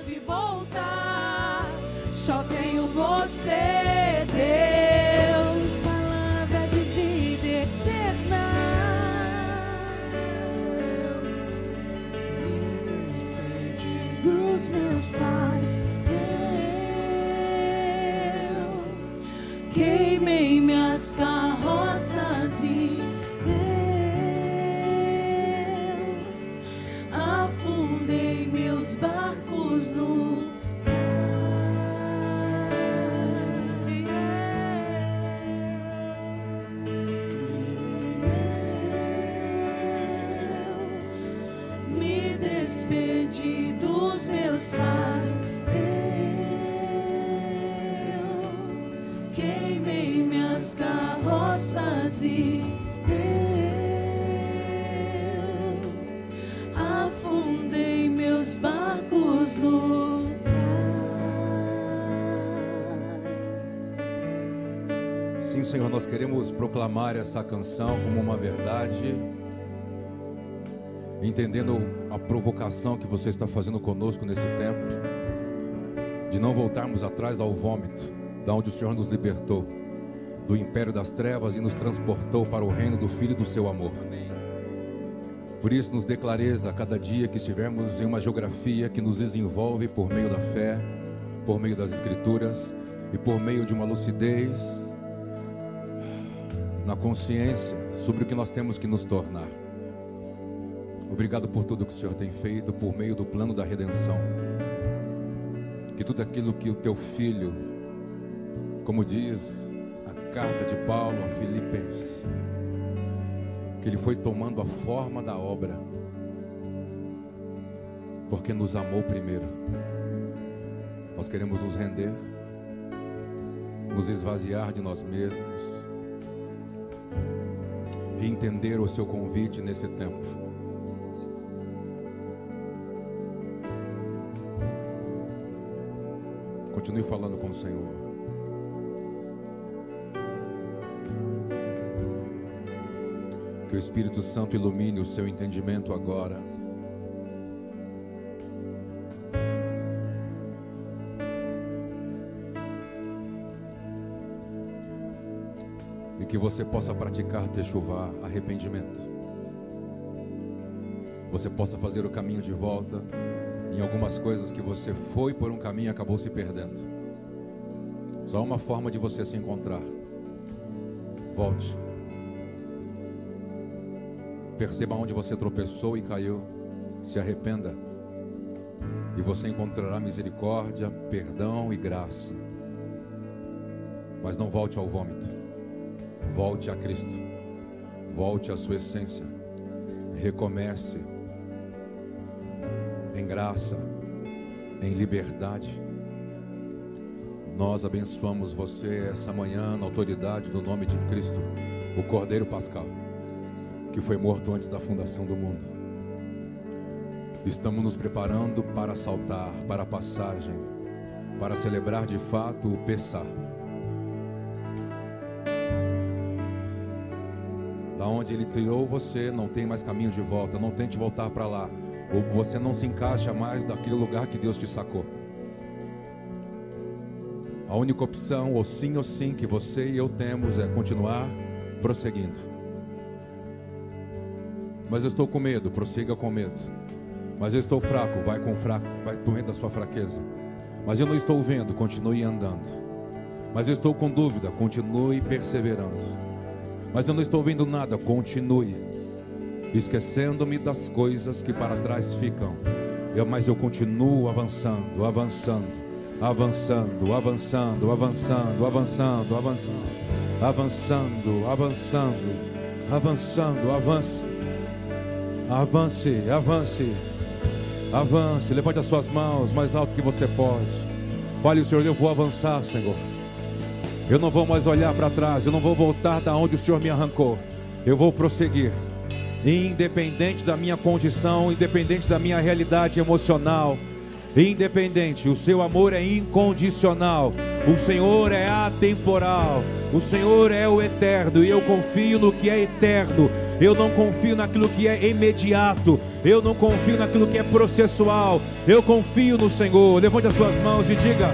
pode voltar. Só tenho você, Deus, palavra de vida eterna. Dos meus pais, eu queimei minhas carroças e eu afundei meus barcos no despedi dos meus pais, eu queimei minhas carroças e eu afundei meus barcos no cais. Sim, Senhor, nós queremos proclamar essa canção como uma verdade, entendendo a provocação que você está fazendo conosco nesse tempo, de não voltarmos atrás ao vômito, da onde o Senhor nos libertou, do império das trevas e nos transportou para o reino do Filho do seu amor. Por isso nos dê clareza a cada dia que estivermos em uma geografia que nos desenvolve por meio da fé, por meio das Escrituras e por meio de uma lucidez na consciência sobre o que nós temos que nos tornar. Obrigado por tudo que o Senhor tem feito por meio do plano da redenção. Que tudo aquilo que o teu filho, como diz a carta de Paulo a Filipenses, que ele foi tomando a forma da obra, porque nos amou primeiro. Nós queremos nos render, nos esvaziar de nós mesmos e entender o seu convite nesse tempo. Continue falando com o Senhor. Que o Espírito Santo ilumine o seu entendimento agora. E que você possa praticar techuvá, arrependimento. Você possa fazer o caminho de volta em algumas coisas que você foi por um caminho e acabou se perdendo. Só uma forma de você se encontrar. Volte. Perceba onde você tropeçou e caiu. Se arrependa. E você encontrará misericórdia, perdão e graça. Mas não volte ao vômito. Volte a Cristo. Volte à sua essência. Recomece em graça, em liberdade. Nós abençoamos você essa manhã na autoridade do nome de Cristo, o Cordeiro Pascal, que foi morto antes da fundação do mundo. Estamos nos preparando para saltar, para a passagem, para celebrar de fato o Pessah. Da onde Ele tirou você, não tem mais caminho de volta. Não tente voltar para lá. Ou você não se encaixa mais naquele lugar que Deus te sacou. A única opção, ou sim, que você e eu temos é continuar prosseguindo. Mas eu estou com medo, prossiga com medo. Mas eu estou fraco, vai com fraco, vai por meio da sua fraqueza. Mas eu não estou vendo, continue andando. Mas eu estou com dúvida, continue perseverando. Mas eu não estou vendo nada, continue. Esquecendo-me das coisas que para trás ficam. Mas eu continuo avançando, avançando, avançando, avançando, avançando, avançando, avançando, avançando, avançando, avançando, avance, avance, avance, avance. Levante as suas mãos mais alto que você pode. Fale, Senhor, eu vou avançar, Senhor. Eu não vou mais olhar para trás, eu não vou voltar da onde o Senhor me arrancou. Eu vou prosseguir. Independente da minha condição, independente da minha realidade emocional, independente, o seu amor é incondicional, o Senhor é atemporal, o Senhor é o eterno, e eu confio no que é eterno, Eu não confio naquilo que é imediato. Eu não confio naquilo que é processual. Eu confio no Senhor. Levante as suas mãos e diga: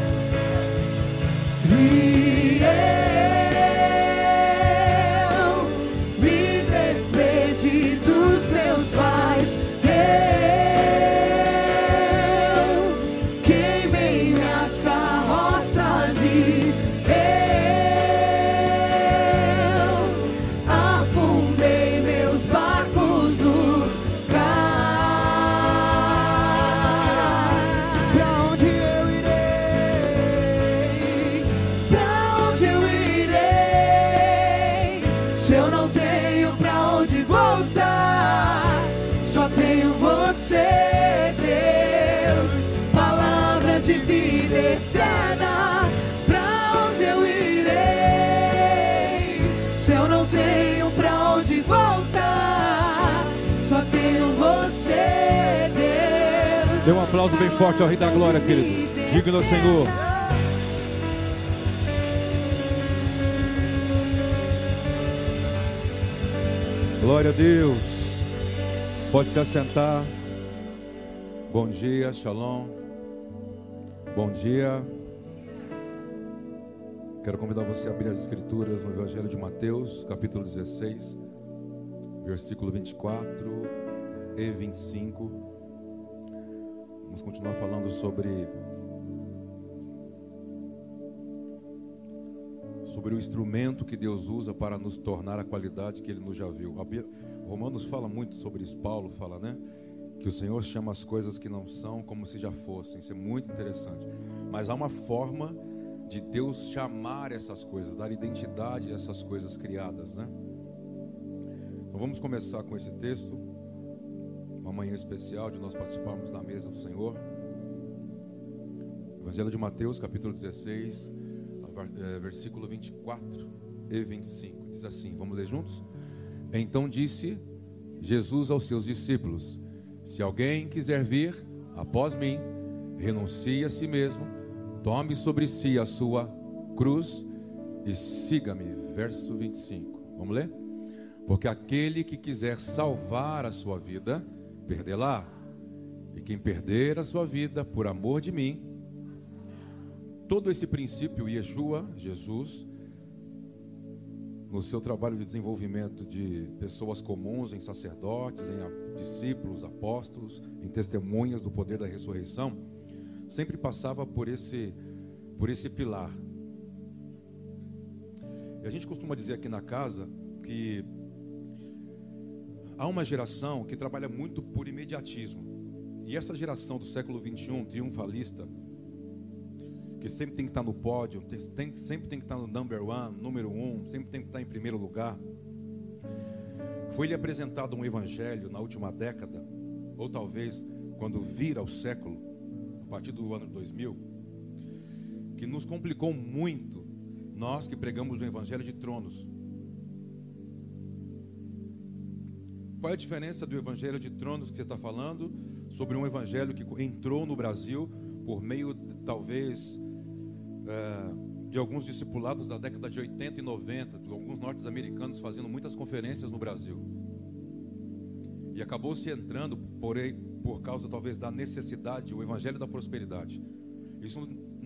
me despedi dos meus pais. Eu queimei minhas carroças e eu afundei meus barcos no cais. Pra onde eu irei? Pra onde eu irei? Se eu não tenho pra onde voltar, só tenho você, Deus. Palavras de vida eterna. Pra onde eu irei? Se eu não tenho pra onde voltar, só tenho você, Deus. Dê um aplauso bem forte ao Rei da Glória, querido. Digno ao Senhor. Glória a Deus. Pode se assentar. Bom dia, shalom. Bom dia. Quero convidar você a abrir as Escrituras no Evangelho de Mateus, capítulo 16, versículo 24 e 25. Vamos continuar falando sobre o instrumento que Deus usa para nos tornar a qualidade que Ele nos já viu. Romanos fala muito sobre isso, Paulo fala, né? Que o Senhor chama as coisas que não são como se já fossem. Isso é muito interessante. Mas há uma forma de Deus chamar essas coisas, dar identidade a essas coisas criadas, né? Então vamos começar com esse texto. Uma manhã especial de nós participarmos da mesa do Senhor. Evangelho de Mateus, capítulo 16, versículo 24 e 25. Diz assim, vamos ler juntos? Então disse Jesus aos seus discípulos: se alguém quiser vir após mim, renuncie a si mesmo, tome sobre si a sua cruz e siga-me. Verso 25, vamos ler? Porque aquele que quiser salvar a sua vida, perdê-la. E quem perder a sua vida por amor de mim. Todo esse princípio, Yeshua, Jesus, no seu trabalho de desenvolvimento de pessoas comuns, em sacerdotes, em discípulos, apóstolos, em testemunhas do poder da ressurreição, sempre passava por esse pilar. E a gente costuma dizer aqui na casa que há uma geração que trabalha muito por imediatismo. E essa geração do século 21, triunfalista, que sempre tem que estar no pódio, sempre tem que estar no número 1, sempre tem que estar em primeiro lugar. Foi-lhe apresentado um evangelho na última década, ou talvez quando vira o século, a partir do ano 2000, que nos complicou muito, nós que pregamos o evangelho de tronos. Qual é a diferença do evangelho de tronos que você está falando sobre um evangelho que entrou no Brasil por meio, talvez, de alguns discipulados da década de 80 e 90, de alguns norte-americanos fazendo muitas conferências no Brasil. E acabou se entrando, porém, por causa talvez da necessidade, o evangelho da prosperidade. Isso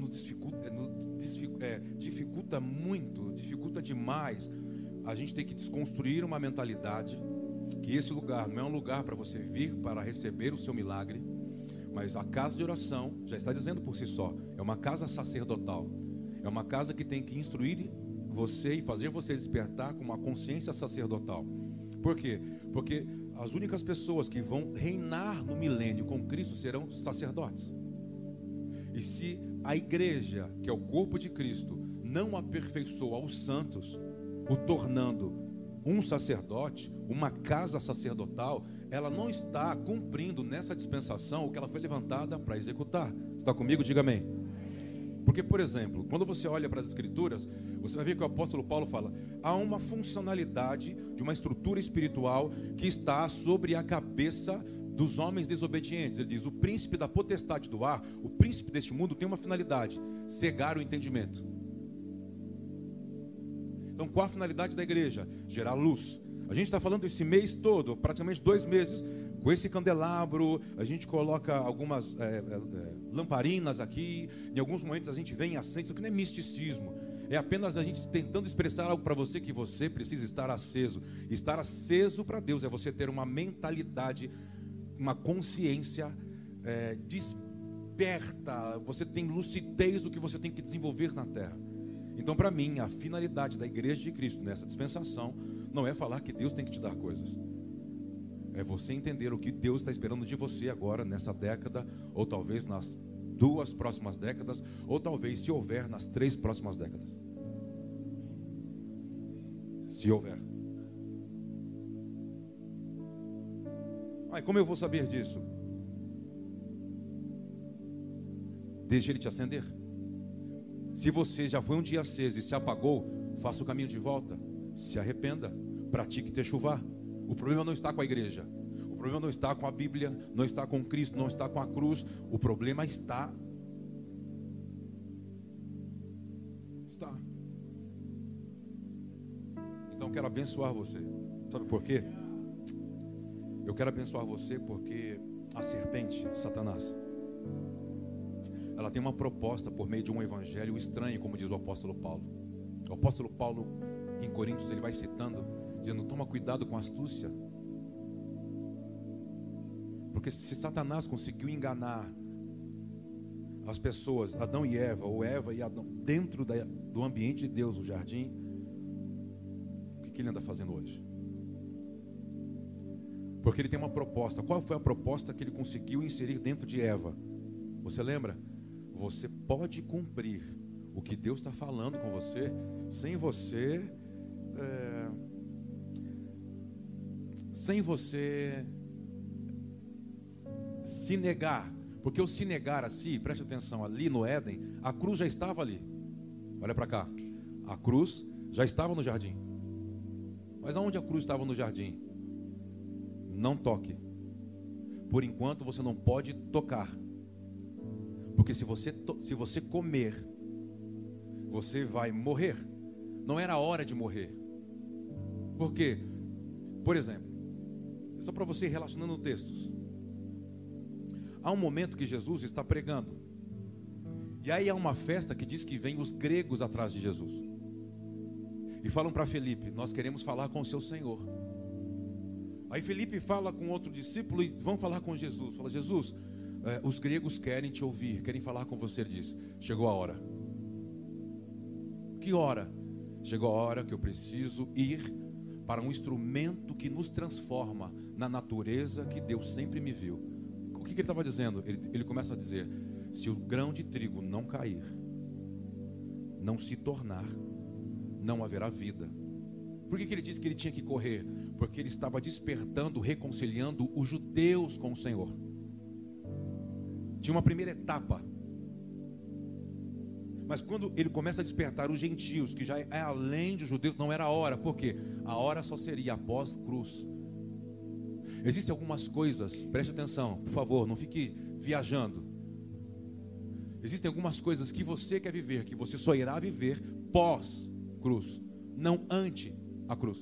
dificulta muito, dificulta demais. A gente tem que desconstruir uma mentalidade que esse lugar não é um lugar para você vir para receber o seu milagre, mas a casa de oração, já está dizendo por si só, é uma casa sacerdotal. É uma casa que tem que instruir você e fazer você despertar com uma consciência sacerdotal. Por quê? Porque as únicas pessoas que vão reinar no milênio com Cristo serão sacerdotes. E se a igreja, que é o corpo de Cristo, não aperfeiçoa os santos, o tornando um sacerdote, uma casa sacerdotal, ela não está cumprindo nessa dispensação o que ela foi levantada para executar. Está comigo? Diga amém. Porque, por exemplo, quando você olha para as Escrituras, você vai ver que o apóstolo Paulo fala: há uma funcionalidade de uma estrutura espiritual que está sobre a cabeça dos homens desobedientes. Ele diz: o príncipe da potestade do ar, o príncipe deste mundo, tem uma finalidade: cegar o entendimento. Então, qual a finalidade da igreja? Gerar luz. A gente está falando esse mês todo, praticamente 2 meses, com esse candelabro. A gente coloca algumas lamparinas aqui. Em alguns momentos a gente vem e acende. Isso aqui não é misticismo. É apenas a gente tentando expressar algo para você, que você precisa estar aceso. Estar aceso para Deus é você ter uma mentalidade, uma consciência desperta. Você tem lucidez do que você tem que desenvolver na terra. Então, para mim, a finalidade da Igreja de Cristo nessa dispensação não é falar que Deus tem que te dar coisas. É você entender o que Deus está esperando de você agora, nessa década, ou talvez nas 2 próximas décadas, ou talvez, se houver, nas 3 próximas décadas. Se houver. Como eu vou saber disso? Deixe Ele te acender. Se você já foi um dia aceso e se apagou, faça o caminho de volta. Se arrependa, pratique techuvá. O problema não está com a igreja. O problema não está com a Bíblia, não está com Cristo, não está com a cruz. O problema está. Então eu quero abençoar você. Sabe por quê? Eu quero abençoar você porque a serpente, Satanás, ela tem uma proposta por meio de um evangelho estranho, como diz o apóstolo Paulo. O apóstolo Paulo, em Coríntios, ele vai citando, dizendo: toma cuidado com a astúcia. Porque se Satanás conseguiu enganar as pessoas, Adão e Eva, ou Eva e Adão, dentro do ambiente de Deus, no jardim, o que ele anda fazendo hoje? Porque ele tem uma proposta. Qual foi a proposta que ele conseguiu inserir dentro de Eva? Você lembra? Você pode cumprir o que Deus está falando com você, sem você se negar. Porque o se negar a si, preste atenção, ali no Éden, a cruz já estava ali. Olha para cá. A cruz já estava no jardim. Mas aonde a cruz estava no jardim? Não toque. Por enquanto você não pode tocar. Porque se você comer, você vai morrer. Não era a hora de morrer. Por quê? Por exemplo, só para você ir relacionando textos. Há um momento que Jesus está pregando. E aí há uma festa que diz que vem os gregos atrás de Jesus. E falam para Felipe: nós queremos falar com o seu Senhor. Aí Felipe fala com outro discípulo e vão falar com Jesus. Fala: Jesus, os gregos querem te ouvir, querem falar com você. Ele diz: chegou a hora. Que hora? Chegou a hora que eu preciso ir para um instrumento que nos transforma na natureza que Deus sempre me viu. O que ele estava dizendo? Ele começa a dizer: se o grão de trigo não cair, não se tornar, não haverá vida. Por que ele disse que ele tinha que correr? Porque ele estava despertando, reconciliando os judeus com o Senhor. Tinha uma primeira etapa. Mas quando ele começa a despertar os gentios, que já é além dos judeus, não era a hora. Por quê? A hora só seria após cruz. Existem algumas coisas, preste atenção, por favor, não fique viajando. Existem algumas coisas que você quer viver, que você só irá viver pós cruz, não ante a cruz.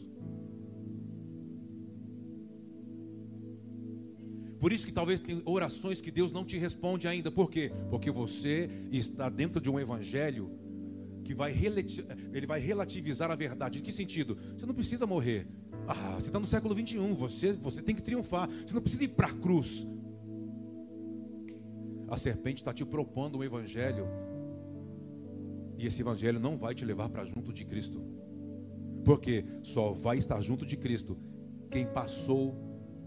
Por isso que talvez tem orações que Deus não te responde ainda. Por quê? Porque você está dentro de um evangelho que ele vai relativizar a verdade. Em que sentido? Você não precisa morrer. Você está no século 21, você tem que triunfar. Você não precisa ir para a cruz. A serpente está te propondo um evangelho, e esse evangelho não vai te levar para junto de Cristo. Porque só vai estar junto de Cristo quem passou.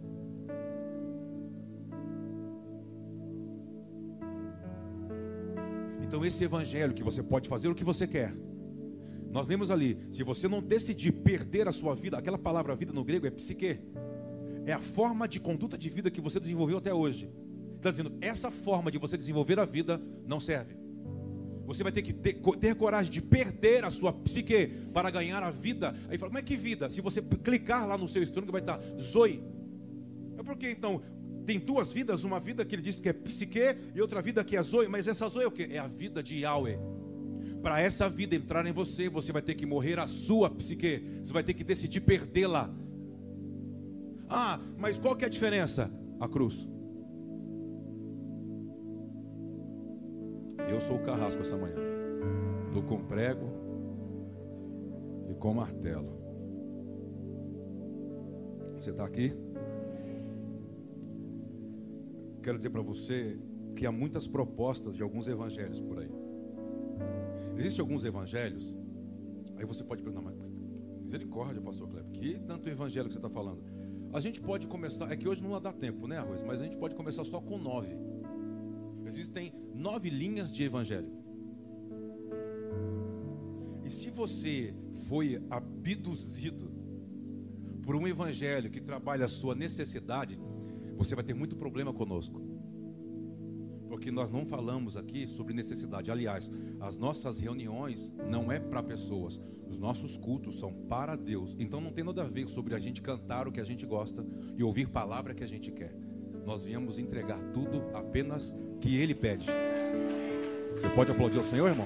Então esse evangelho que você pode fazer o que você quer. Nós lemos ali: se você não decidir perder a sua vida, aquela palavra vida no grego é psique. É a forma de conduta de vida que você desenvolveu até hoje. Está dizendo, essa forma de você desenvolver a vida não serve. Você vai ter que ter coragem de perder a sua psique para ganhar a vida. Aí fala: como é que vida? Se você clicar lá no seu estômago vai estar Zoe. É porque então tem duas vidas, uma vida que ele disse que é psique e outra vida que é Zoe. Mas essa Zoe é o que? É a vida de Yahweh. Para essa vida entrar em você, você vai ter que morrer a sua psique. Você vai ter que decidir perdê-la. Ah, mas qual que é a diferença? A cruz. Eu sou o carrasco essa manhã. Estou com prego e com martelo. Você está aqui? Quero dizer para você que há muitas propostas de alguns evangelhos por aí. Existem alguns evangelhos. Aí você pode perguntar, mas misericórdia, pastor Kleber, que tanto evangelho que você está falando? A gente pode começar, é que hoje não vai dar tempo, né, Arroz? Mas a gente pode começar só com 9. Existem 9 linhas de evangelho. E se você foi abduzido por um evangelho que trabalha a sua necessidade, você vai ter muito problema conosco. Porque nós não falamos aqui sobre necessidade. Aliás, as nossas reuniões não é para pessoas. Os nossos cultos são para Deus. Então não tem nada a ver sobre a gente cantar o que a gente gosta e ouvir palavra que a gente quer. Nós viemos entregar tudo apenas que Ele pede. Você pode aplaudir ao Senhor, irmão?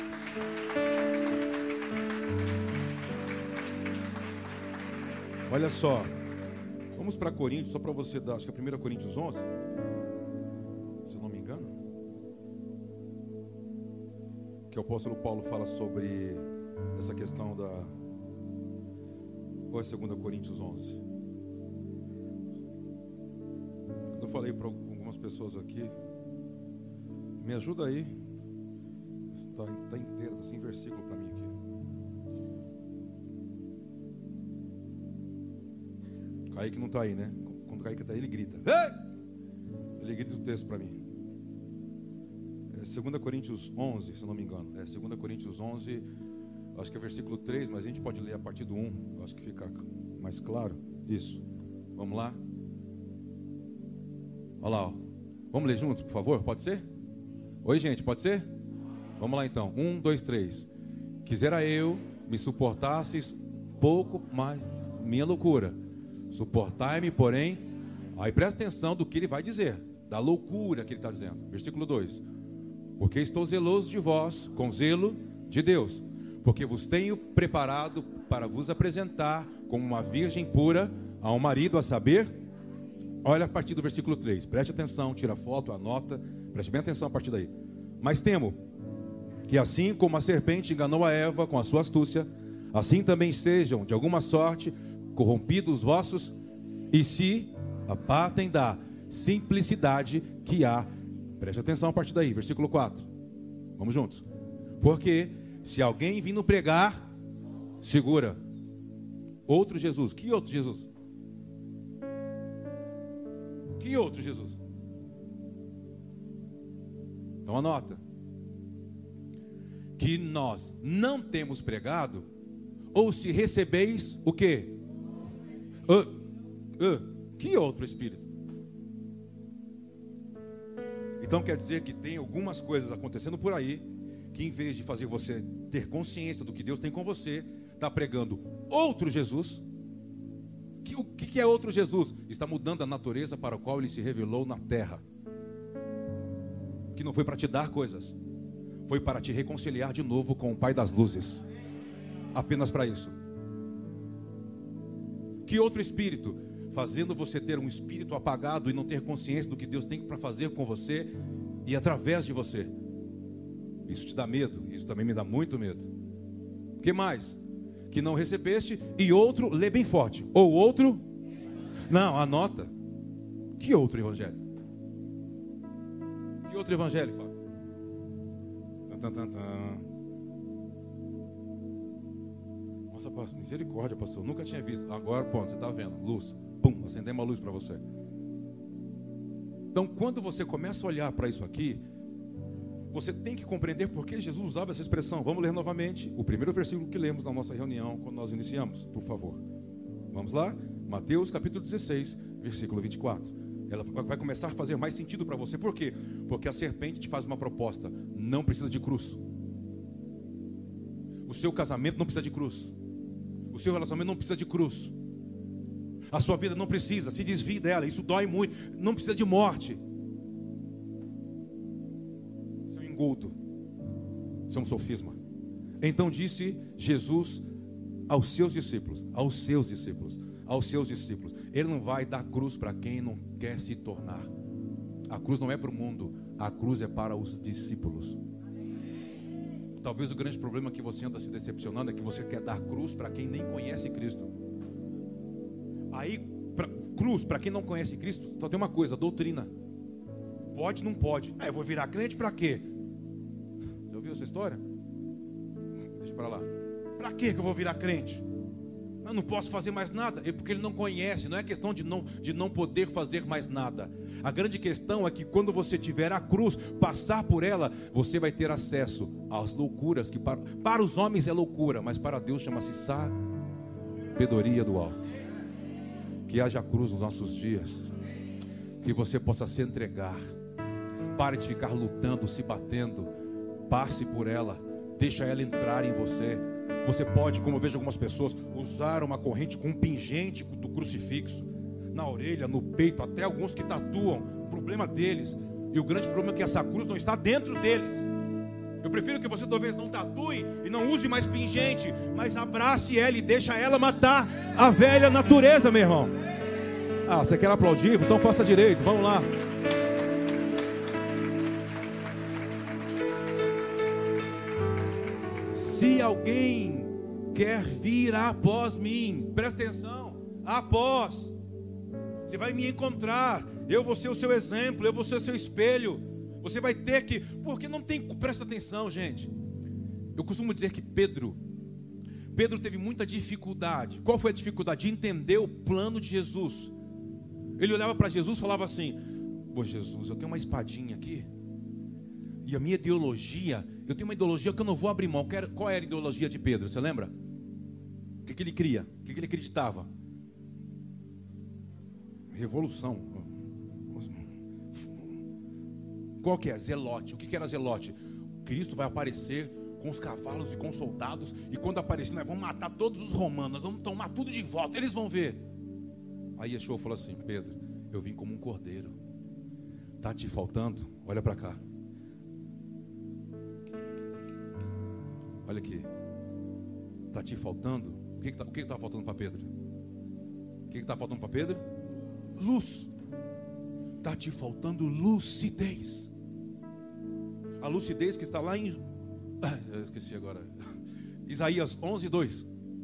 Olha só. Vamos para Coríntios, só para você dar, acho que é 1 Coríntios 11. Se eu não me engano. Que o apóstolo Paulo fala sobre essa questão da... Ou é 2 Coríntios 11? Eu falei para algumas pessoas aqui, me ajuda aí, está inteiro, está sem versículo para mim aqui. Kaique não está aí, né? Quando o Kaique está aí, ele grita. Ei! Ele grita o texto para mim. É 2 Coríntios 11, se eu não me engano. É 2 Coríntios 11, acho que é versículo 3, mas a gente pode ler a partir do 1, acho que fica mais claro. Isso. Vamos lá? Olha lá, ó. Vamos ler juntos, por favor? Pode ser? Oi, gente, pode ser? Vamos lá então. 1, 2, 3. Quisera eu me suportasses pouco mais minha loucura. Suportai-me, porém. Aí presta atenção do que ele vai dizer, da loucura que ele está dizendo. Versículo 2. Porque estou zeloso de vós, com zelo de Deus, porque vos tenho preparado para vos apresentar como uma virgem pura a um marido, a saber... Olha a partir do versículo 3, preste atenção, tira foto, anota, preste bem atenção a partir daí. Mas temo que assim como a serpente enganou a Eva com a sua astúcia, assim também sejam de alguma sorte corrompidos os vossos e se apartem da simplicidade que há. Preste atenção a partir daí, versículo 4. Vamos juntos. Porque se alguém vindo pregar, segura. Outro Jesus. Que outro Jesus? Que outro Jesus? Então anota. Que nós não temos pregado, ou se recebeis o quê? Que outro Espírito? Então quer dizer que tem algumas coisas acontecendo por aí, que em vez de fazer você ter consciência do que Deus tem com você, está pregando outro Jesus. O que é outro Jesus? Está mudando a natureza para a qual ele se revelou na terra. Que não foi para te dar coisas, foi para te reconciliar de novo com o Pai das luzes. Apenas para isso. Que outro espírito? Fazendo você ter um espírito apagado e não ter consciência do que Deus tem para fazer com você e através de você. Isso te dá medo? Isso também me dá muito medo. O que mais? Que não recebeste, e outro, lê bem forte, ou outro, não, anota, que outro evangelho? Que outro evangelho, Fábio? Nossa, pastor, misericórdia, pastor, nunca tinha visto, agora, pronto, você está vendo, luz, pum, acendemos uma luz para você. Então, quando você começa a olhar para isso aqui, você tem que compreender por que Jesus usava essa expressão. Vamos ler novamente o primeiro versículo que lemos na nossa reunião, quando nós iniciamos, por favor. Vamos lá? Mateus capítulo 16, versículo 24. Ela vai começar a fazer mais sentido para você. Por quê? Porque a serpente te faz uma proposta. Não precisa de cruz. O seu casamento não precisa de cruz. O seu relacionamento não precisa de cruz. A sua vida não precisa, se desvie dela. Isso dói muito. Não precisa de morte. Isso é um sofisma. Então disse Jesus aos seus discípulos, aos seus discípulos. Ele não vai dar cruz para quem não quer se tornar. A cruz não é para o mundo, a cruz é para os discípulos. Talvez o grande problema que você anda se decepcionando é que você quer dar cruz para quem nem conhece Cristo. Aí, cruz para quem não conhece Cristo, só tem uma coisa, doutrina. Pode, não pode. Eu vou virar crente para quê? Você ouviu essa história? Deixa para lá. Para que eu vou virar crente? Eu não posso fazer mais nada. É porque ele não conhece. Não é questão de não poder fazer mais nada. A grande questão é que quando você tiver a cruz, passar por ela, você vai ter acesso às loucuras que para os homens é loucura, mas para Deus chama-se sabedoria do alto. Que haja cruz nos nossos dias, que você possa se entregar. Pare de ficar lutando, se batendo. Passe por ela, deixa ela entrar em você. Você pode, como eu vejo algumas pessoas, usar uma corrente com um pingente do crucifixo na orelha, no peito, até alguns que tatuam. O problema deles. E o grande problema é que essa cruz não está dentro deles. Eu prefiro que você talvez não tatue e não use mais pingente, mas abrace ela e deixa ela matar a velha natureza, meu irmão. Você quer aplaudir? Então faça direito, vamos lá. Se alguém quer vir após mim, presta atenção, após, você vai me encontrar, eu vou ser o seu exemplo, eu vou ser o seu espelho. Você vai ter que, porque não tem, presta atenção, gente. Eu costumo dizer que Pedro teve muita dificuldade. Qual foi a dificuldade? De entender o plano de Jesus. Ele olhava para Jesus e falava assim: pô, Jesus, eu tenho uma espadinha aqui, e a minha ideologia, eu tenho uma ideologia que eu não vou abrir mão. Qual era a ideologia de Pedro, você lembra? O que ele cria? O que ele acreditava? Revolução. Qual que é? Zelote. O que era Zelote? Cristo vai aparecer com os cavalos e com os soldados, e quando aparecer, nós vamos matar todos os romanos, nós vamos tomar tudo de volta, eles vão ver. Aí Yeshua falou assim: Pedro, eu vim como um cordeiro. Está te faltando? Olha para cá. Olha aqui. Está te faltando? O que está faltando para Pedro? O que está faltando para Pedro? Luz. Está te faltando lucidez. A lucidez que está lá em... eu esqueci agora. Isaías 11:2.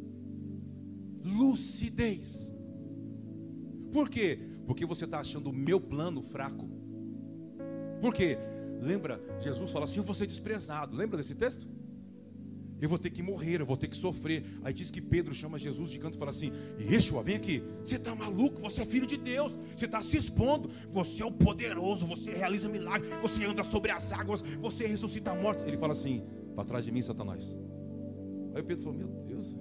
Lucidez. Por quê? Porque você está achando o meu plano fraco. Por quê? Lembra, Jesus fala assim: eu vou ser desprezado. Lembra desse texto? Eu vou ter que morrer, eu vou ter que sofrer. Aí diz que Pedro chama Jesus de canto e fala assim: Yeshua, vem aqui. Você está maluco? Você é filho de Deus. Você está se expondo. Você é o poderoso. Você realiza milagres. Você anda sobre as águas. Você ressuscita mortos. Ele fala assim: para trás de mim, Satanás. Aí Pedro falou: meu Deus,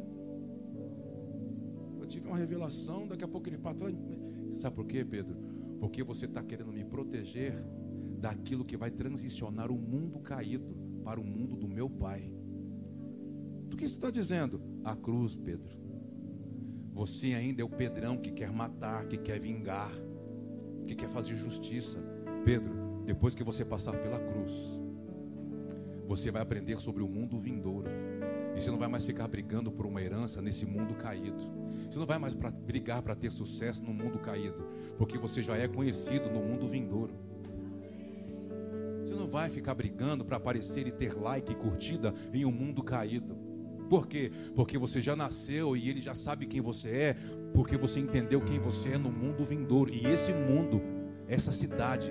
eu tive uma revelação. Daqui a pouco ele para trás. Sabe por quê, Pedro? Porque você está querendo me proteger daquilo que vai transicionar o mundo caído para o mundo do meu Pai. O que você está dizendo? A cruz, Pedro. Você ainda é o Pedrão que quer matar, que quer vingar, que quer fazer justiça. Pedro, depois que você passar pela cruz, você vai aprender sobre o mundo vindouro. E você não vai mais ficar brigando por uma herança nesse mundo caído. Você não vai mais brigar para ter sucesso no mundo caído, porque você já é conhecido no mundo vindouro. Você não vai ficar brigando para aparecer e ter like e curtida em um mundo caído. Por quê? Porque você já nasceu e ele já sabe quem você é, porque você entendeu quem você é no mundo vindouro. E esse mundo, essa cidade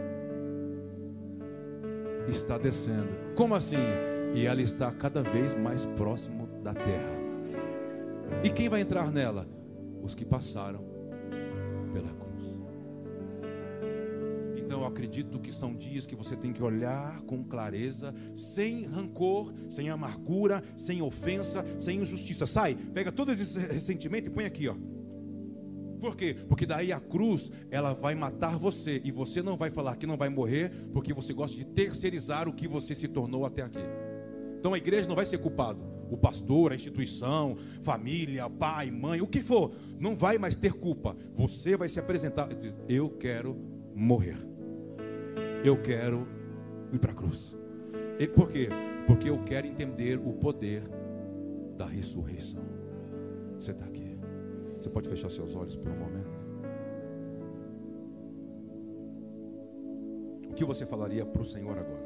está descendo. Como assim? E ela está cada vez mais próximo da terra. E quem vai entrar nela? Os que passaram pela cruz. Então eu acredito que são dias que você tem que olhar com clareza, sem rancor, sem amargura, sem ofensa, sem injustiça. Sai, pega todo esse ressentimento e põe aqui, ó. Por quê? Porque daí a cruz, ela vai matar você, e você não vai falar que não vai morrer, porque você gosta de terceirizar o que você se tornou até aqui. Então a igreja não vai ser culpado. O pastor, a instituição, família, pai, mãe, o que for, não vai mais ter culpa. Você vai se apresentar e dizer: eu quero morrer. Eu quero ir para a cruz. E por quê? Porque eu quero entender o poder da ressurreição. Você está aqui. Você pode fechar seus olhos por um momento? O que você falaria para o Senhor agora?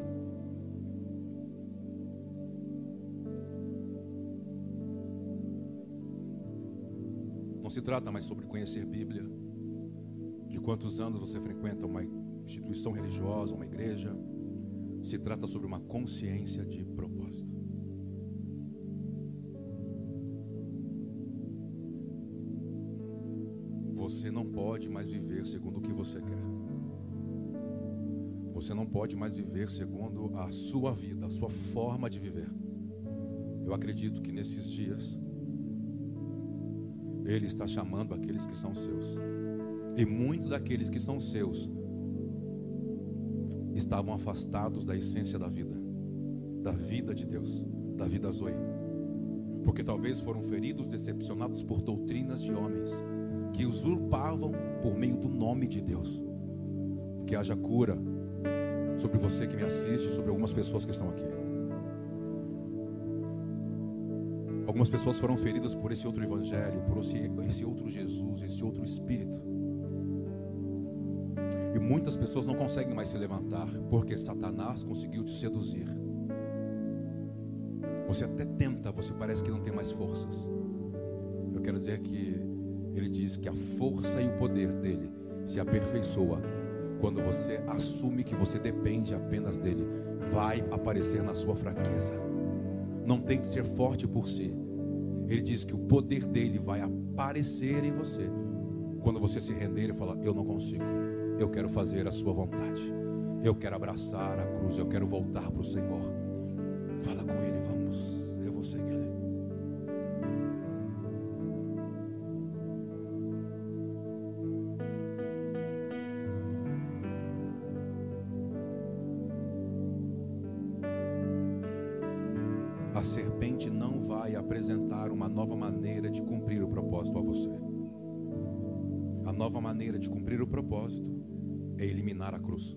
Não se trata mais sobre conhecer Bíblia, de quantos anos você frequenta uma instituição religiosa, uma igreja. Se trata sobre uma consciência de propósito. Você não pode mais viver segundo o que você quer. Você não pode mais viver segundo a sua vida, a sua forma de viver. Eu acredito que nesses dias Ele está chamando aqueles que são seus. E muitos daqueles que são seus estavam afastados da essência da vida de Deus, da vida Zoe. Porque talvez foram feridos, decepcionados por doutrinas de homens que usurpavam por meio do nome de Deus. Que haja cura sobre você que me assiste, sobre algumas pessoas que estão aqui. Algumas pessoas foram feridas por esse outro evangelho, por esse outro Jesus, esse outro Espírito. E muitas pessoas não conseguem mais se levantar, porque Satanás conseguiu te seduzir. Você até tenta, você parece que não tem mais forças. Eu quero dizer que Ele diz que a força e o poder dele se aperfeiçoa quando você assume que você depende apenas dele. Vai aparecer na sua fraqueza. Não tem que ser forte por si. Ele diz que o poder dele vai aparecer em você quando você se render e falar: eu não consigo, eu quero fazer a sua vontade, eu quero abraçar a cruz, eu quero voltar para o Senhor. Fala com Ele, vamos, eu vou seguir Ele. A serpente não vai apresentar uma nova maneira de cumprir o propósito a você. A nova maneira de cumprir o propósito é eliminar a cruz.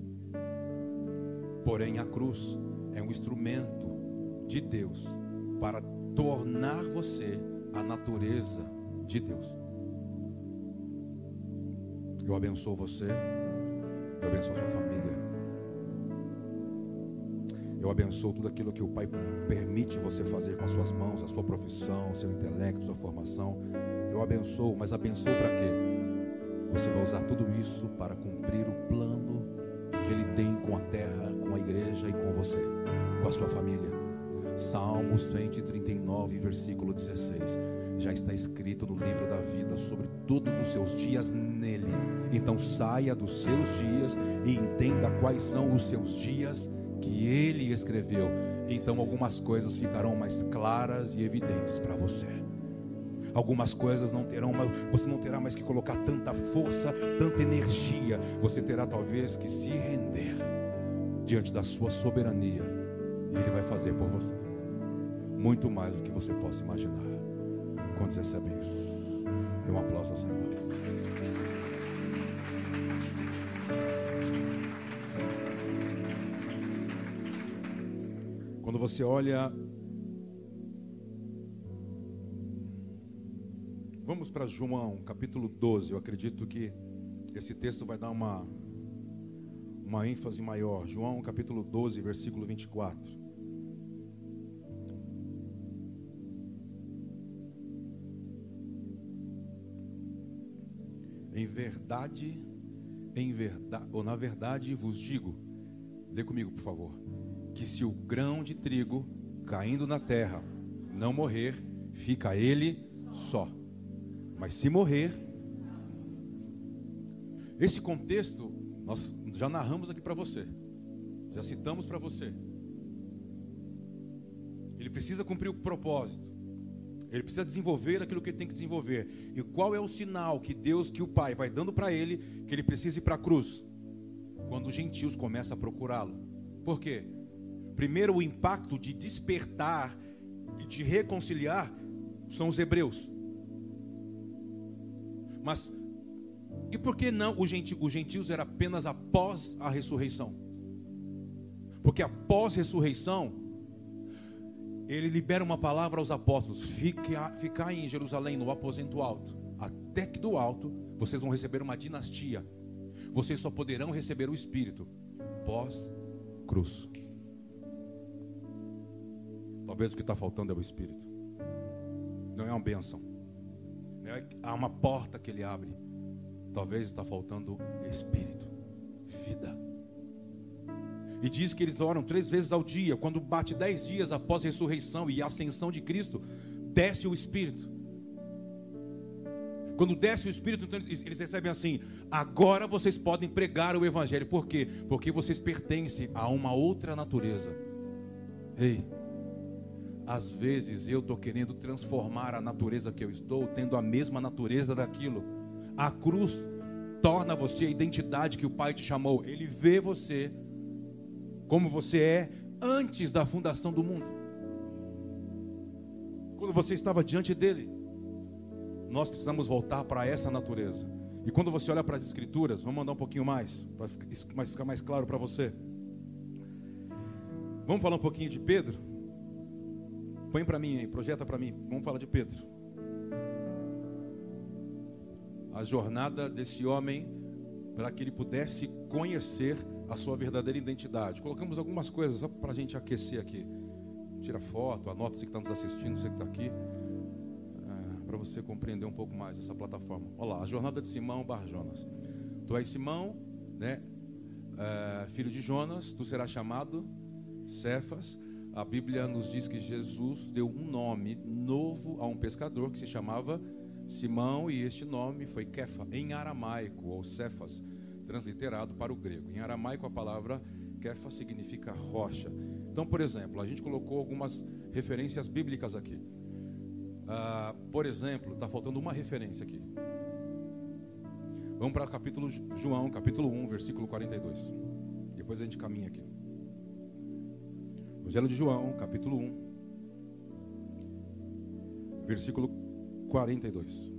Porém, a cruz é um instrumento de Deus para tornar você a natureza de Deus. Eu abençoo você, eu abençoo a sua família. Eu abençoo tudo aquilo que o Pai permite você fazer com as suas mãos, a sua profissão, seu intelecto, sua formação. Eu abençoo, mas abençoo para quê? Você vai usar tudo isso para cumprir o plano que Ele tem com a terra, com a igreja e com você, com a sua família. Salmo 139, versículo 16. Já está escrito no livro da vida sobre todos os seus dias nele. Então saia dos seus dias e entenda quais são os seus dias que Ele escreveu. Então algumas coisas ficarão mais claras e evidentes para você. Algumas coisas você não terá mais que colocar tanta força, tanta energia. Você terá talvez que se render diante da sua soberania. E Ele vai fazer por você muito mais do que você possa imaginar. Quantos recebem isso? Dê um aplauso ao Senhor. Quando você olha, vamos para João, capítulo 12. Eu acredito que esse texto vai dar uma ênfase maior. João, capítulo 12, versículo 24. Na verdade vos digo, lê comigo por favor, que se o grão de trigo caindo na terra não morrer, fica ele só. Mas se morrer, esse contexto nós já narramos aqui para você, já citamos para você. Ele precisa cumprir o propósito, ele precisa desenvolver aquilo que ele tem que desenvolver. E qual é o sinal que Deus, que o Pai vai dando para ele, que ele precisa ir para a cruz? Quando os gentios começam a procurá-lo. Por quê? Primeiro, o impacto de despertar e de reconciliar são os hebreus. Mas, e por que não os gentios era apenas após a ressurreição? Porque após a ressurreição, ele libera uma palavra aos apóstolos: ficai em Jerusalém, no aposento alto, até que do alto vocês vão receber uma dinastia. Vocês só poderão receber o Espírito pós-cruz. Talvez o que está faltando é o Espírito. Não é uma bênção. Há uma porta que Ele abre. Talvez está faltando Espírito, vida. E diz que eles oram 3 vezes ao dia. Quando bate 10 dias após a ressurreição e a ascensão de Cristo, desce o Espírito. Quando desce o Espírito, então eles recebem assim: agora vocês podem pregar o Evangelho. Por quê? Porque vocês pertencem a uma outra natureza. Ei, às vezes eu estou querendo transformar a natureza que eu estou, tendo a mesma natureza daquilo. A cruz torna você a identidade que o Pai te chamou. Ele vê você como você é antes da fundação do mundo. Quando você estava diante dele, nós precisamos voltar para essa natureza. E quando você olha para as Escrituras, vamos andar um pouquinho mais, para ficar mais claro para você. Vamos falar um pouquinho de Pedro? Põe para mim aí, projeta para mim. Vamos falar de Pedro. A jornada desse homem para que ele pudesse conhecer a sua verdadeira identidade. Colocamos algumas coisas só para a gente aquecer aqui. Tira foto, anota você que está nos assistindo, você que está aqui, para você compreender um pouco mais essa plataforma. Olha lá, a jornada de Simão Bar-Jonas. Tu és Simão, né? Filho de Jonas, tu serás chamado Cefas. A Bíblia nos diz que Jesus deu um nome novo a um pescador que se chamava Simão, e este nome foi Kefa, em aramaico, ou Cefas, transliterado para o grego. Em aramaico a palavra Kefa significa rocha. Então, por exemplo, a gente colocou algumas referências bíblicas aqui. Por exemplo, está faltando uma referência aqui. Vamos para o capítulo João, capítulo 1, versículo 42. Depois a gente caminha aqui. Evangelho de João, capítulo 1, versículo 42.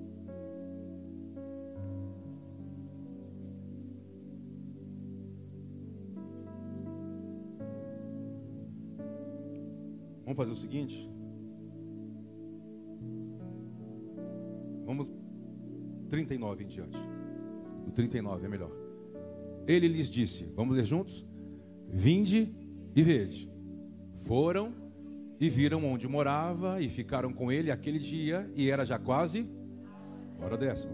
Vamos fazer o seguinte. Vamos 39 em diante. Do 39 é melhor. Ele lhes disse, vamos ler juntos? Vinde e vede. Foram e viram onde morava e ficaram com ele aquele dia, e era já quase hora 10ª.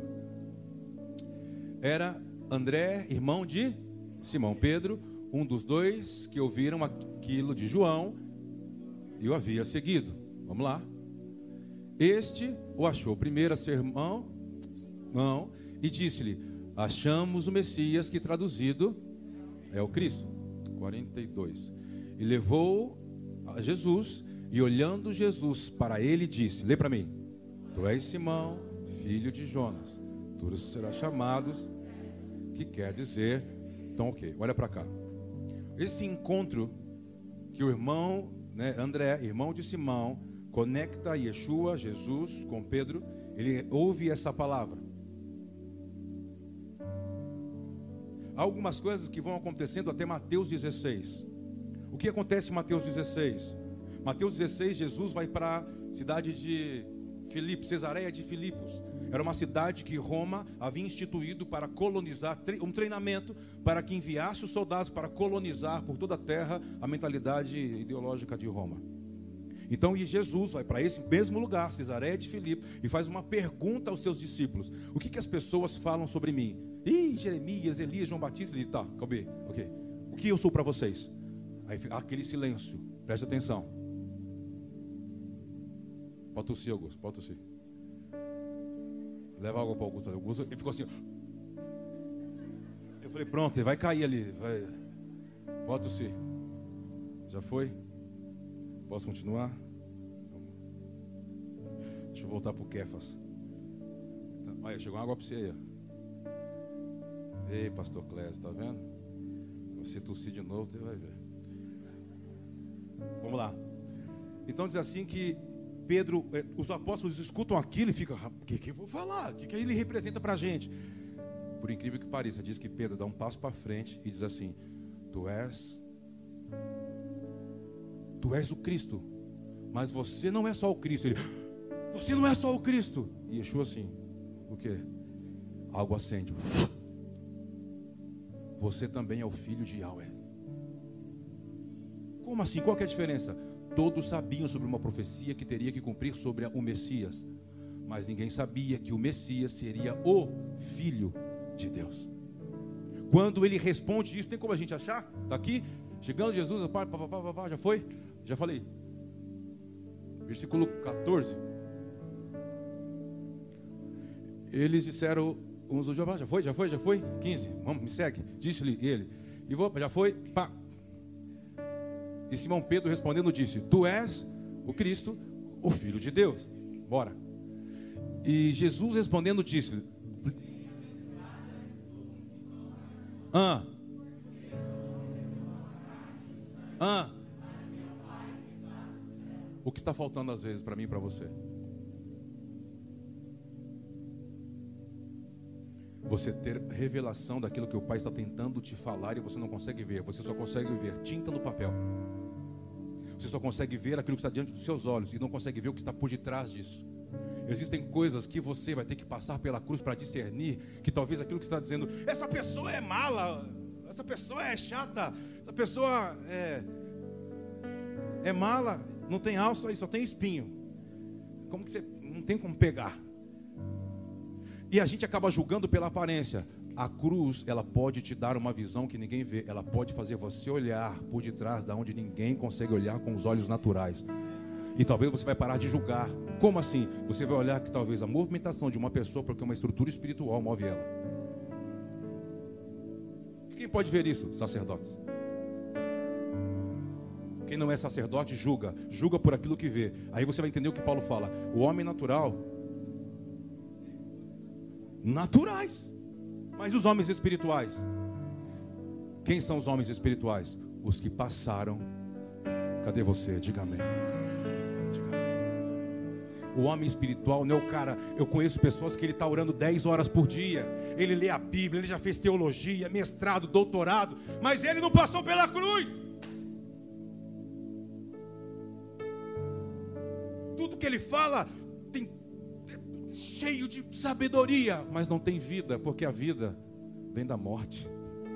Era André, irmão de Simão Pedro, um dos dois que ouviram aquilo de João e o havia seguido. Vamos lá. Este o achou primeiro a ser irmão, não, e disse-lhe: achamos o Messias, que traduzido é o Cristo. 42. E levou a Jesus, e olhando Jesus para ele, disse: lê para mim. Tu és Simão, filho de Jonas, tu serás chamado, que quer dizer. Então, ok, olha para cá. Esse encontro que o irmão, né, André, irmão de Simão, conecta Yeshua, Jesus, com Pedro, ele ouve essa palavra. Há algumas coisas que vão acontecendo até Mateus 16. O que acontece em Mateus 16? Mateus 16, Jesus vai para a cidade de Filipos, Cesareia de Filipos. Era uma cidade que Roma havia instituído para colonizar, um treinamento para que enviasse os soldados para colonizar por toda a terra a mentalidade ideológica de Roma. Então Jesus vai para esse mesmo lugar, Cesareia de Filipos, e faz uma pergunta aos seus discípulos: o que as pessoas falam sobre mim? Jeremias, Elias, João Batista. Ele diz: tá, calma, ok. O que eu sou para vocês? Aí aquele silêncio, preste atenção. Pode tossir, Augusto, pode tossir. Leva água para Augusto. Augusto, ele ficou assim. Eu falei: pronto, ele vai cair ali. Vai. Pode tossir. Já foi? Posso continuar? Deixa eu voltar para o Kefas. Então, olha, chegou uma água para você aí. Ei, pastor Clésio, tá vendo? Se tossir de novo, você vai ver. Vamos lá. Então diz assim que Pedro, os apóstolos escutam aquilo e ficam: o que eu vou falar? O que ele representa para a gente? Por incrível que pareça, diz que Pedro dá um passo para frente e diz assim: tu és o Cristo, mas você não é só o Cristo. Ele: você não é só o Cristo. E Yeshua assim: o quê? Algo acende. Você também é o filho de Yahweh. Como assim? Qual que é a diferença? Todos sabiam sobre uma profecia que teria que cumprir sobre o Messias, mas ninguém sabia que o Messias seria o Filho de Deus. Quando ele responde isso, tem como a gente achar? Está aqui, chegando Jesus, já foi? Já falei. Versículo 14. Eles disseram uns do Jeová, já foi? 15, vamos, me segue. Disse-lhe ele, e vou, já foi, pá. E Simão Pedro respondendo disse, tu és o Cristo, o Filho de Deus. Bora. E Jesus respondendo disse-lhe, o que está faltando às vezes para mim e para você? Você ter revelação daquilo que o Pai está tentando te falar e você não consegue ver. Você só consegue ver tinta no papel. Você só consegue ver aquilo que está diante dos seus olhos e não consegue ver o que está por detrás disso. Existem coisas que você vai ter que passar pela cruz para discernir, que talvez aquilo que você está dizendo, essa pessoa é mala, essa pessoa é chata, essa pessoa é mala, não tem alça e só tem espinho. Como que você não tem como pegar? E a gente acaba julgando pela aparência. A cruz, ela pode te dar uma visão que ninguém vê. Ela pode fazer você olhar por detrás da onde ninguém consegue olhar com os olhos naturais. E talvez você vai parar de julgar. Como assim? Você vai olhar que talvez a movimentação de uma pessoa, porque uma estrutura espiritual move ela. Quem pode ver isso? Sacerdotes. Quem não é sacerdote, julga. Julga por aquilo que vê. Aí você vai entender o que Paulo fala. O homem naturais. Mas os homens espirituais. Quem são os homens espirituais? Os que passaram. Cadê você? Diga amém. Diga amém. O homem espiritual não é o cara. Eu conheço pessoas que ele está orando 10 horas por dia. Ele lê a Bíblia, ele já fez teologia, mestrado, doutorado, mas ele não passou pela cruz. Tudo que ele fala cheio de sabedoria, mas não tem vida, porque a vida vem da morte.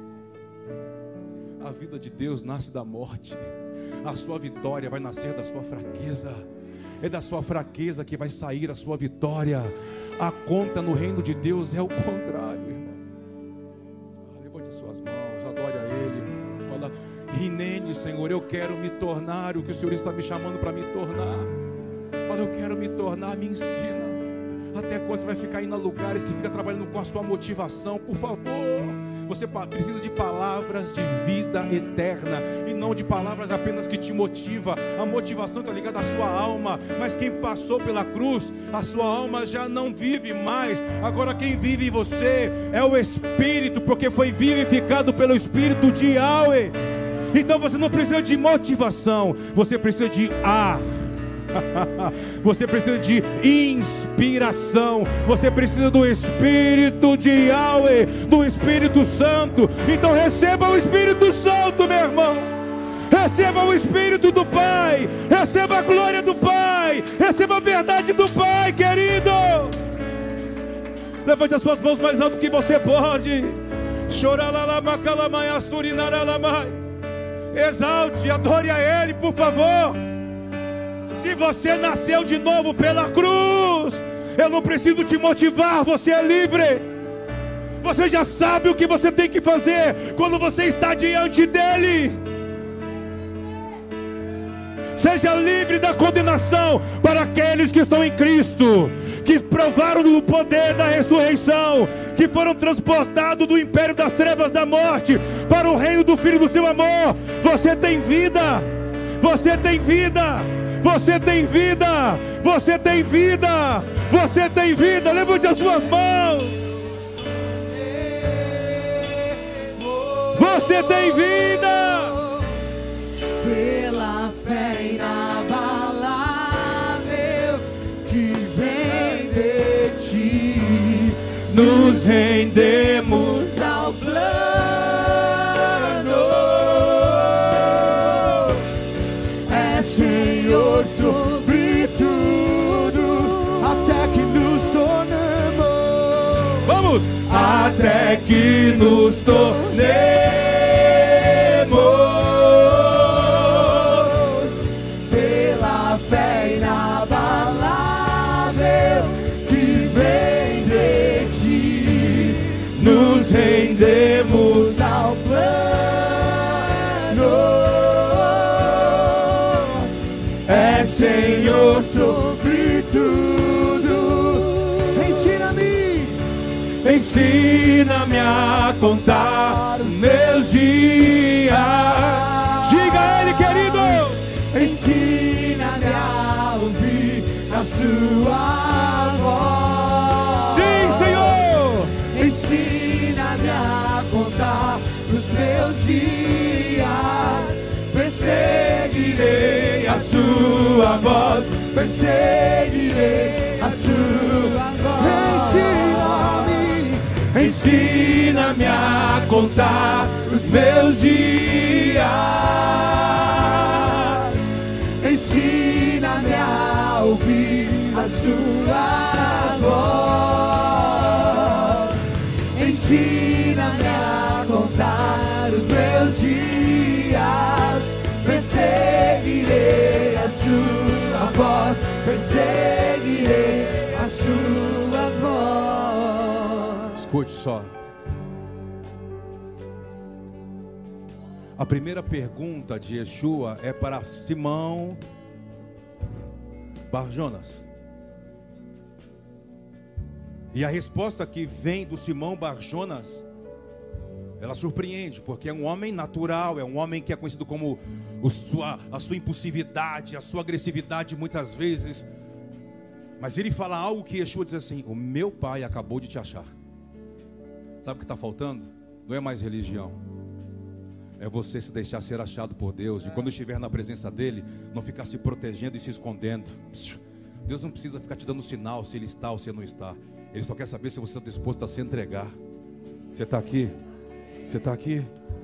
A vida de Deus nasce da morte. A sua vitória vai nascer da sua fraqueza. É da sua fraqueza que vai sair a sua vitória. A conta no reino de Deus é o contrário, irmão. Levante as suas mãos, adore a Ele. Fala, Rinene, Senhor, eu quero me tornar o que o Senhor está me chamando para me tornar. Fala, eu quero me tornar, me ensina. Até quando você vai ficar indo a lugares que fica trabalhando com a sua motivação? Por favor, você precisa de palavras de vida eterna e não de palavras apenas que te motiva. A motivação está ligada à sua alma, mas quem passou pela cruz, a sua alma já não vive mais. Agora quem vive em você é o Espírito, porque foi vivificado pelo Espírito de Yahweh. Então você não precisa de motivação, você precisa de ar. Você precisa de inspiração. Você precisa do Espírito de Yahweh, do Espírito Santo. Então receba o Espírito Santo, meu irmão. Receba o Espírito do Pai. Receba a glória do Pai. Receba a verdade do Pai, querido. Levante as suas mãos mais alto que você pode. Exalte, adore a Ele, por favor. Se você nasceu de novo pela cruz, eu não preciso te motivar, você é livre. Você já sabe o que você tem que fazer quando você está diante dEle. Seja livre da condenação para aqueles que estão em Cristo, que provaram do poder da ressurreição, que foram transportados do império das trevas da morte para o reino do Filho do seu amor. Você tem vida, você tem vida. Você tem vida, você tem vida, você tem vida. Levante as suas mãos. Você tem vida. Pela fé inabalável que vem de ti, nos rendemos ao plano. É Senhor sobre tudo, até que nos tornamos até que nos tornemos pela fé inabalável que vem de ti, nos rendemos ao plano. É Senhor sobre tudo. Ensina-me a contar os meus dias. Diga a Ele, querido. Ensina-me a ouvir a sua voz. Sim, Senhor. Ensina-me a contar os meus dias. Perseguirei a sua voz. Perseguirei a sua voz. Ensina-me a contar os meus dias. Ensina-me a ouvir a sua voz. Ensina-me a contar os meus dias. Perseguirei a sua voz. Perseguirei a sua voz. Escute só. A primeira pergunta de Yeshua é para Simão Bar-Jonas. E a resposta que vem do Simão Bar-Jonas, ela surpreende, porque é um homem natural, é um homem que é conhecido como a sua impulsividade, a sua agressividade muitas vezes. Mas ele fala algo que Yeshua diz assim: o meu pai acabou de te achar. Sabe o que está faltando? Não é mais religião. É você se deixar ser achado por Deus. E quando estiver na presença dEle, não ficar se protegendo e se escondendo. Deus não precisa ficar te dando sinal se Ele está ou se Ele não está. Ele só quer saber se você está disposto a se entregar. Você está aqui? Você está aqui?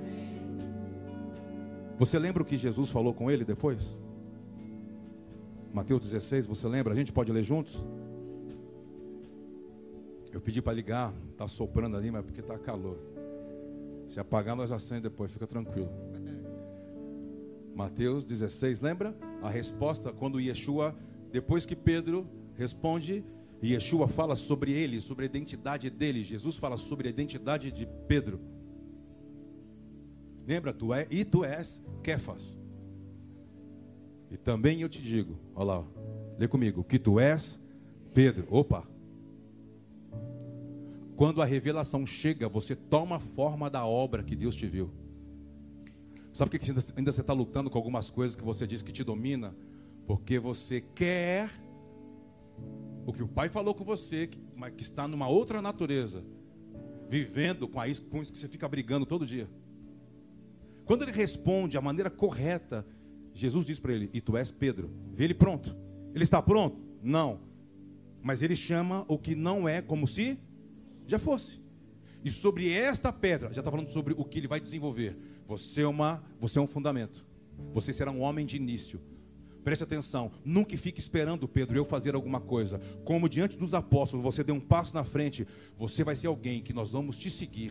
Você lembra o que Jesus falou com ele depois? Mateus 16, você lembra? A gente pode ler juntos? Eu pedi para ligar, está soprando ali, mas porque está calor. Se apagar, nós acendemos depois, fica tranquilo. Mateus 16, lembra? A resposta, quando Yeshua, depois que Pedro responde, Yeshua fala sobre ele, sobre a identidade dele. Jesus fala sobre a identidade de Pedro. Lembra? Tu és Kefas. E também eu te digo, olha lá, lê comigo, que tu és Pedro. Opa! Quando a revelação chega, você toma a forma da obra que Deus te viu. Sabe por que ainda você está lutando com algumas coisas que você diz que te domina? Porque você quer o que o Pai falou com você, mas que está numa outra natureza, vivendo com isso que você fica brigando todo dia. Quando ele responde a maneira correta, Jesus diz para ele: e tu és Pedro. Vê ele pronto. Ele está pronto? Não. Mas ele chama o que não é como se já fosse. E sobre esta pedra, já está falando sobre o que ele vai desenvolver. Você é um fundamento. Você será um homem de início. Preste atenção, nunca fique esperando, Pedro, eu fazer alguma coisa. Como diante dos apóstolos, você deu um passo na frente, você vai ser alguém que nós vamos te seguir.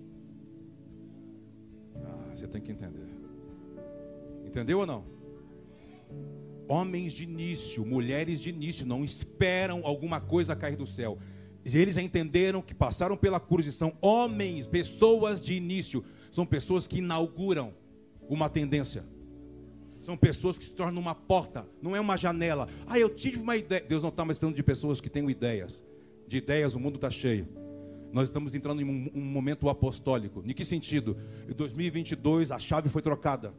Você tem que entender. Entendeu ou não? Homens de início, mulheres de início, não esperam alguma coisa cair do céu. Eles já entenderam que passaram pela cruz e são homens, pessoas de início. São pessoas que inauguram uma tendência. São pessoas que se tornam uma porta, não é uma janela. Eu tive uma ideia. Deus não está mais falando de pessoas que tenham ideias. De ideias o mundo está cheio. Nós estamos entrando em um momento apostólico. Em que sentido? Em 2022 a chave foi trocada.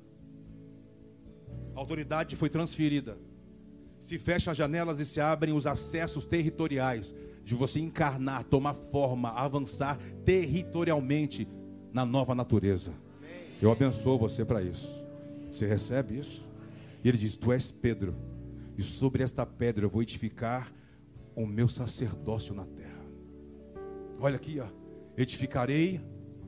A autoridade foi transferida. Se fecham as janelas e se abrem os acessos territoriais. De você encarnar, tomar forma, avançar territorialmente na nova natureza. Eu abençoo você para isso. Você recebe isso? E ele diz: tu és Pedro, e sobre esta pedra eu vou edificar o meu sacerdócio na terra. Olha aqui, ó. Edificarei.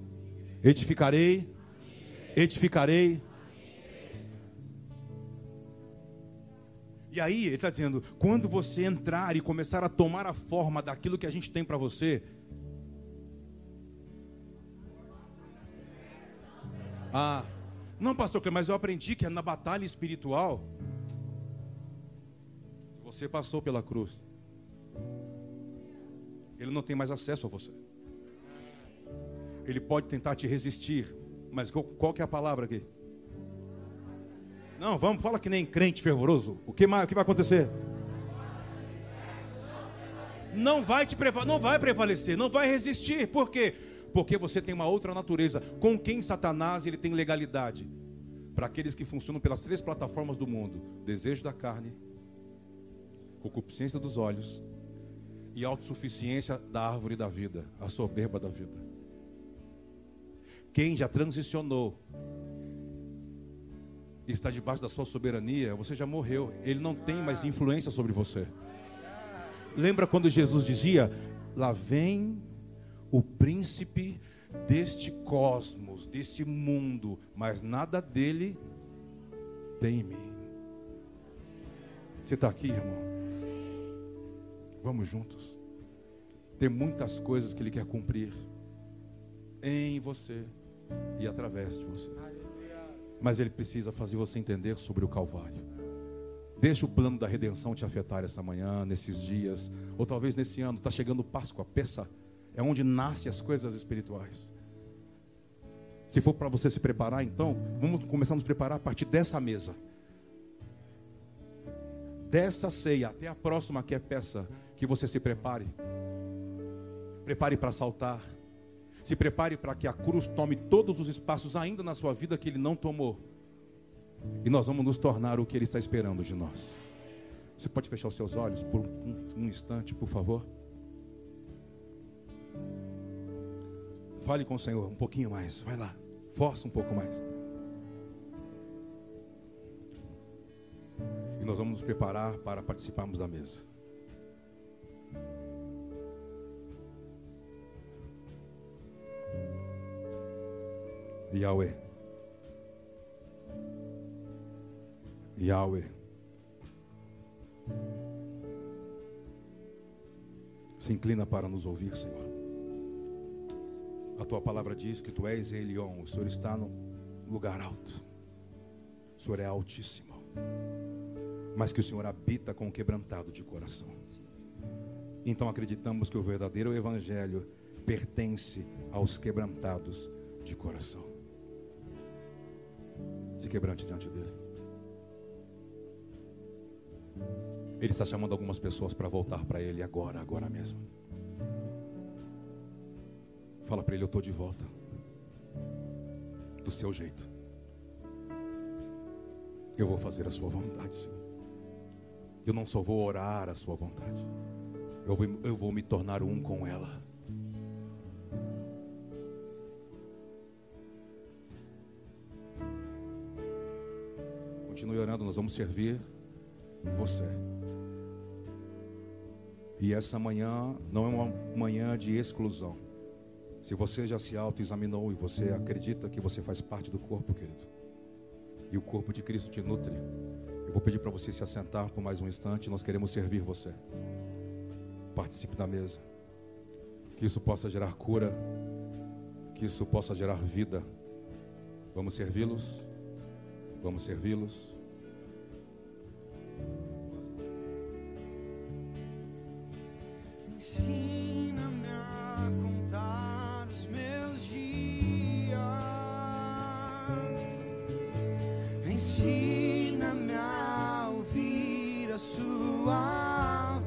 E aí ele está dizendo: quando você entrar e começar a tomar a forma daquilo que a gente tem para você, Ah, não, pastor, mas eu aprendi que na batalha espiritual, se você passou pela cruz, ele não tem mais acesso a você. Ele pode tentar te resistir, mas qual que é a palavra aqui? Não, vamos, fala que nem crente fervoroso. O que vai acontecer? Não vai prevalecer, não vai resistir. Por quê? Porque você tem uma outra natureza. Com quem Satanás ele tem legalidade? Para aqueles que funcionam pelas 3 plataformas do mundo: desejo da carne, concupiscência dos olhos e autossuficiência da árvore da vida, a soberba da vida. Quem já transicionou, está debaixo da sua soberania, você já morreu. Ele não tem mais influência sobre você. Lembra quando Jesus dizia: lá vem o príncipe deste cosmos, desse mundo, mas nada dele tem em mim. Você está aqui, irmão? Vamos juntos. Tem muitas coisas que ele quer cumprir em você e através de você, mas ele precisa fazer você entender sobre o Calvário. Deixa o plano da redenção te afetar essa manhã, nesses dias, ou talvez nesse ano. Está chegando Páscoa, Pessa, é onde nascem as coisas espirituais. Se for para você se preparar, então vamos começar a nos preparar a partir dessa mesa, dessa ceia, até a próxima que é Pessa. Que você se prepare para saltar, se prepare para que a cruz tome todos os espaços ainda na sua vida que ele não tomou. E nós vamos nos tornar o que ele está esperando de nós. Você pode fechar os seus olhos por um instante, por favor? Fale com o Senhor um pouquinho mais. Vai lá, força um pouco mais. E nós vamos nos preparar para participarmos da mesa. Yahweh, Yahweh, se inclina para nos ouvir, Senhor. A tua palavra diz que tu és Elion, o Senhor está no lugar alto, o Senhor é altíssimo, mas que o Senhor habita com o quebrantado de coração. Então acreditamos que o verdadeiro evangelho pertence aos quebrantados de coração. Se quebrante diante dele. Ele está chamando algumas pessoas para voltar para ele agora mesmo. Fala para ele: eu estou de volta, do seu jeito. Eu vou fazer a sua vontade, Senhor. Eu não só vou orar a sua vontade, eu vou me tornar um com ela. Continue orando, nós vamos servir você. E essa manhã não é uma manhã de exclusão. Se você já se autoexaminou e você acredita que você faz parte do corpo, querido, e o corpo de Cristo te nutre, eu vou pedir para você se assentar por mais um instante. Nós queremos servir você. Participe da mesa. Que isso possa gerar cura, que isso possa gerar vida. Vamos servi-los. Vamos servi-los. Ensina-me a contar os meus dias. Ensina-me a ouvir a sua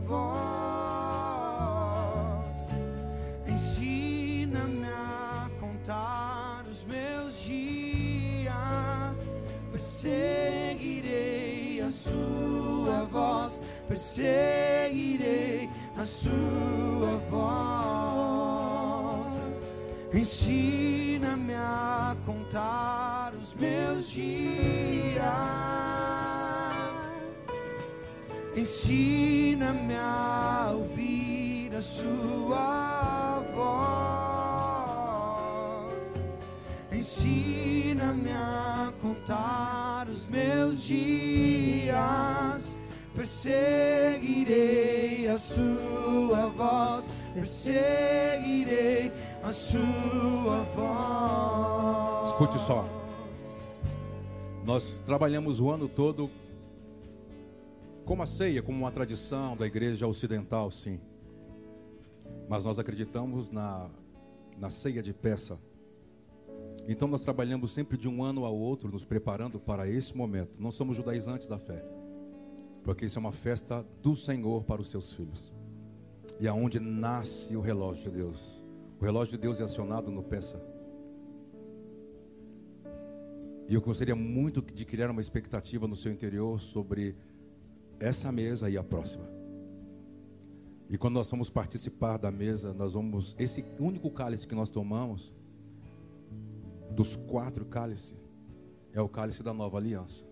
voz. Ensina-me a contar os meus dias. Perseguirei a sua voz, perseguirei a sua voz. Ensina-me a contar os meus dias. Ensina-me a ouvir a sua voz. Ensina-me a contar os meus dias. Perseguirei a sua voz, perseguirei a sua voz. Escute só, Nós trabalhamos o ano todo como a ceia, como uma tradição da igreja ocidental, sim. Mas nós acreditamos na ceia de Pessa. Então nós trabalhamos sempre de um ano ao outro, nos preparando para esse momento. Não somos judaizantes da fé, porque isso é uma festa do Senhor para os seus filhos. E aonde nasce o relógio de Deus. O relógio de Deus é acionado no Pessa. E eu gostaria muito de criar uma expectativa no seu interior sobre essa mesa e a próxima. E quando nós vamos participar da mesa, nós vamos, esse único cálice que nós tomamos, dos 4 cálices, é o cálice da nova aliança.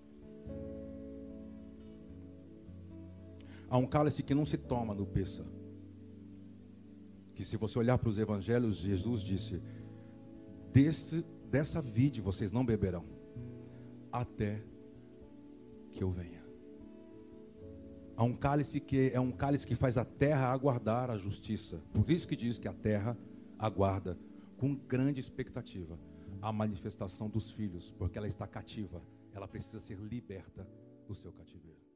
Há um cálice que não se toma no Pessa, que se você olhar para os evangelhos, Jesus disse: dessa vide vocês não beberão, até que eu venha. Há um cálice que é um cálice que faz a terra aguardar a justiça. Por isso que diz que a terra aguarda com grande expectativa a manifestação dos filhos, porque ela está cativa, ela precisa ser liberta do seu cativeiro.